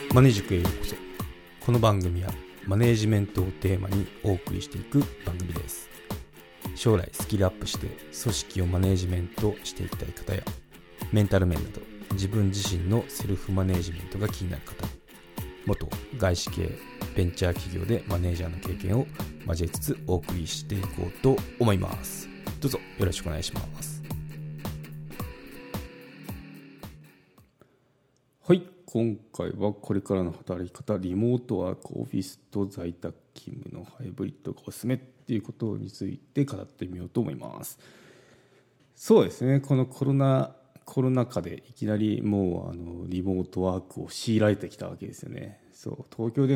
マネ塾へようこそ。この番組はマネージメントをテーマにお送りしていく番組です。将来スキルアップして組織をマネージメントしていきたい方や、メンタル面など自分自身のセルフマネージメントが気になる方、元外資系ベンチャー企業でマネージャーの経験を交えつつお送りしていこうと思います。どうぞよろしくお願いします。はい、今回はこれからの働き方、リモートワーク、オフィスと在宅勤務のハイブリッドがおすすめっていうことについて語ってみようと思います。そうですね、このコロナ禍でいきなりもうリモートワークを強いられてきたわけですよね。そう、東京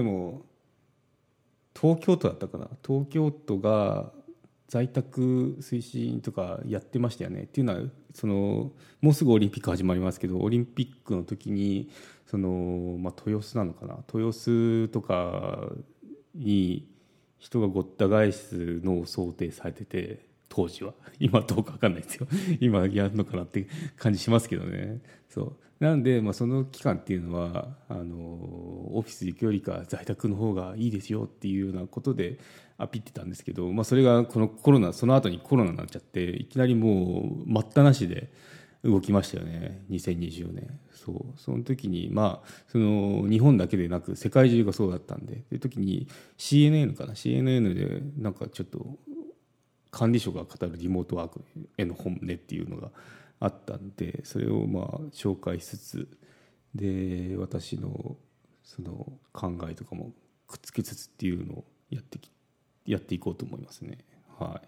都だったかな、東京都が在宅推進とかやってましたよね。っていうのはもうすぐオリンピック始まりますけど、オリンピックの時に豊洲なのかな、豊洲とかに人がごった返すのを想定されてて、当時は。今どうか分かんないですよ。今やるのかなって感じしますけどね。そうなんで、その期間っていうのはオフィス行くよりか在宅の方がいいですよっていうようなことでアピってたんですけど、それがこのその後にコロナになっちゃって、いきなりもう待ったなしで動きましたよね、2020年。その時に日本だけでなく世界中がそうだったんで、という時に CNN でなんかちょっと管理職が語るリモートワークへの本音っていうのがあったんで、それを紹介しつつで、私のその考えとかもくっつけつつっていうのをやっていこうと思いますね。はい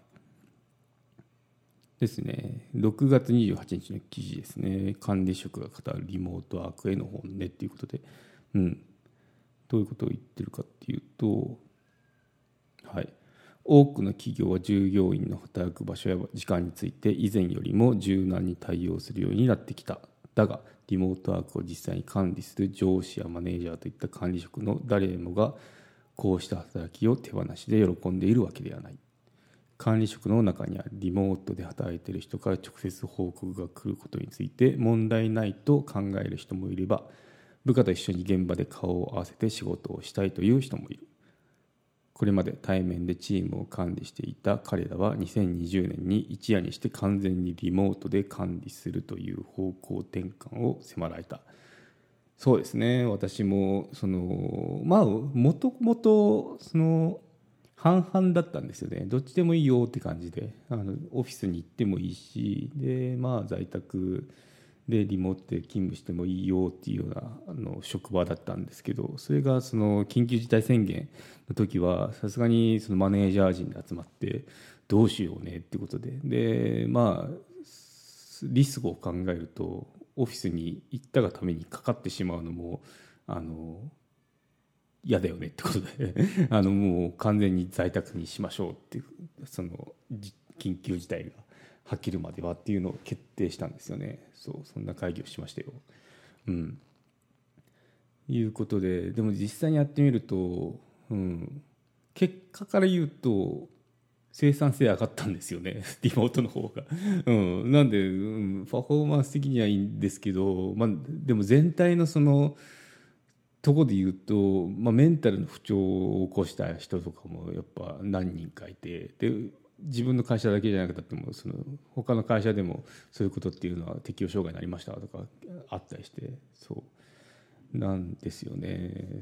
ですね。6月28日の記事ですね。管理職が語るリモートワークへの本音っていうことで、どういうことを言ってるかっていうと、はい、多くの企業は従業員の働く場所や時間について以前よりも柔軟に対応するようになってきた。だがリモートワークを実際に管理する上司やマネージャーといった管理職の誰もがこうした働きを手放しで喜んでいるわけではない。管理職の中にはリモートで働いている人から直接報告が来ることについて問題ないと考える人もいれば、部下と一緒に現場で顔を合わせて仕事をしたいという人もいる。これまで対面でチームを管理していた彼らは2020年に一夜にして完全にリモートで管理するという方向転換を迫られた。そうですね、私ももともと半々だったんですよね。どっちでもいいよって感じで、オフィスに行ってもいいし、で在宅でリモートで勤務してもいいよっていうような職場だったんですけど、それが緊急事態宣言の時はさすがにマネージャー陣で集まってどうしようねってことで、リスクを考えるとオフィスに行ったがためにかかってしまうのも嫌だよねってことでもう完全に在宅にしましょうっていう、緊急事態がはっきるまではっていうのを決定したんですよね。そんな会議をしましたよ。いうことで、でも実際にやってみると、結果から言うと生産性上がったんですよねリモートの方が。なんで、パフォーマンス的にはいいんですけど、でも全体のとこで言うと、メンタルの不調を起こした人とかもやっぱ何人かいて、で自分の会社だけじゃなくても他の会社でもそういうことっていうのは適応障害になりましたとかあったりして、そうなんですよね。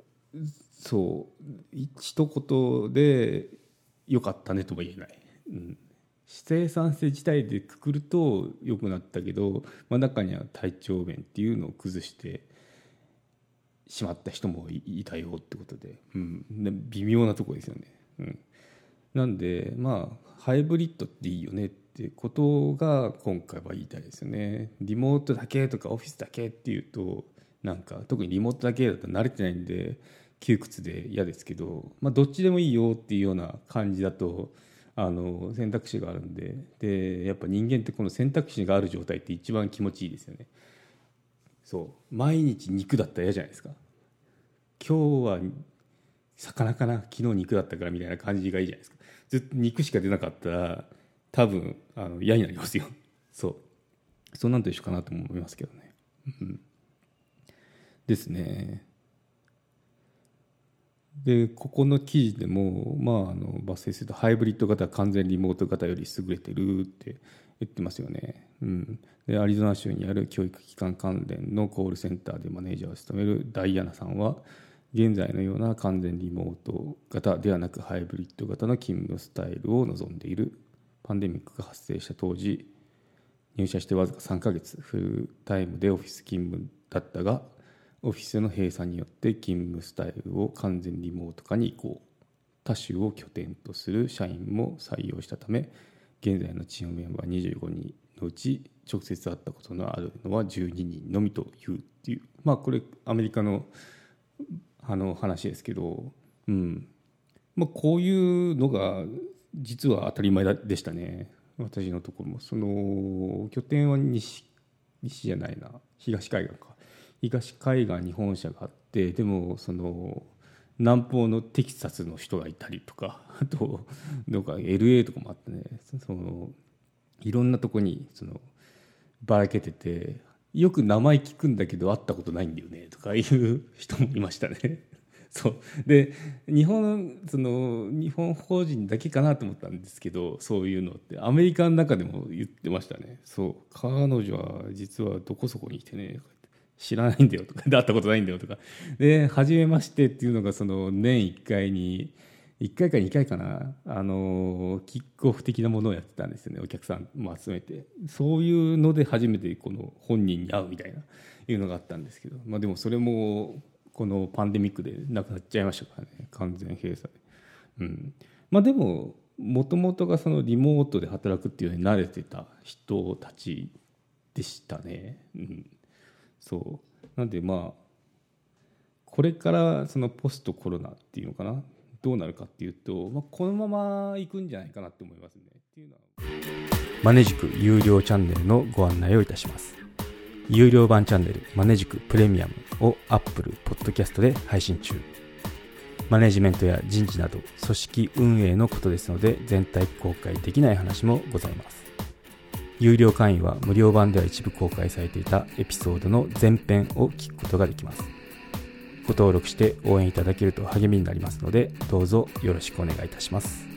一言で良かったねとも言えない。生産性自体でくくると良くなったけど、中には体調面っていうのを崩してしまった人もいたよってことで、微妙なところですよね。なんでハイブリッドっていいよねってことが今回は言いたいですよね。リモートだけとかオフィスだけっていうと特にリモートだけだと慣れてないんで窮屈で嫌ですけど、どっちでもいいよっていうような感じだと選択肢があるんで、やっぱ人間ってこの選択肢がある状態って一番気持ちいいですよね。毎日肉だったら嫌じゃないですか。今日は魚かな、昨日肉だったからみたいな感じがいいじゃないですか。ずっと肉しか出なかったら多分嫌になりますよ。そうなんと一緒かなと思いますけどね。ですね。 でここの記事でも、抜粋するとハイブリッド型は完全リモート型より優れてるって言ってますよね。でアリゾナ州にある教育機関関連のコールセンターでマネージャーを務めるダイアナさんは、現在のような完全リモート型ではなくハイブリッド型の勤務スタイルを望んでいる。パンデミックが発生した当時、入社してわずか3ヶ月、フルタイムでオフィス勤務だったが、オフィスの閉鎖によって勤務スタイルを完全リモート化に移行。他州を拠点とする社員も採用したため、現在のチームメンバー25人のうち直接会ったことのあるのは12人のみというっていう、これアメリカの話ですけど、こういうのが実は当たり前でしたね。私のところもその拠点は西じゃないな、東海岸か。東海岸に本社があって、でもその南方のテキサスの人がいたりとか、あとどうか LA とかもあってね、そのいろんなとこにそのばらけてて、よく名前聞くんだけど会ったことないんだよねとかいう人もいましたね。そうで日本法人だけかなと思ったんですけど、そういうのってアメリカの中でも言ってましたね。そう、彼女は実はどこそこにいてね、知らないんだよとか、会ったことないんだよとかで、初めましてっていうのがその年1回に1回か2回かな、キックオフ的なものをやってたんですよね。お客さんも集めて、そういうので初めてこの本人に会うみたいないうのがあったんですけど、でもそれもこのパンデミックでなくなっちゃいましたからね、完全閉鎖で。でももともとがそのリモートで働くっていうのに慣れてた人たちでしたね。そうなんでこれからそのポストコロナっていうのかな、どうなるかっていうと、このままいくんじゃないかなって思いますね。っていうのはマネジク有料チャンネルのご案内をいたします。有料版チャンネルマネジクプレミアムを Apple Podcast で配信中。マネジメントや人事など組織運営のことですので、全体公開できない話もございます。有料会員は無料版では一部公開されていたエピソードの前編を聞くことができます。ご登録して応援いただけると励みになりますので、どうぞよろしくお願いいたします。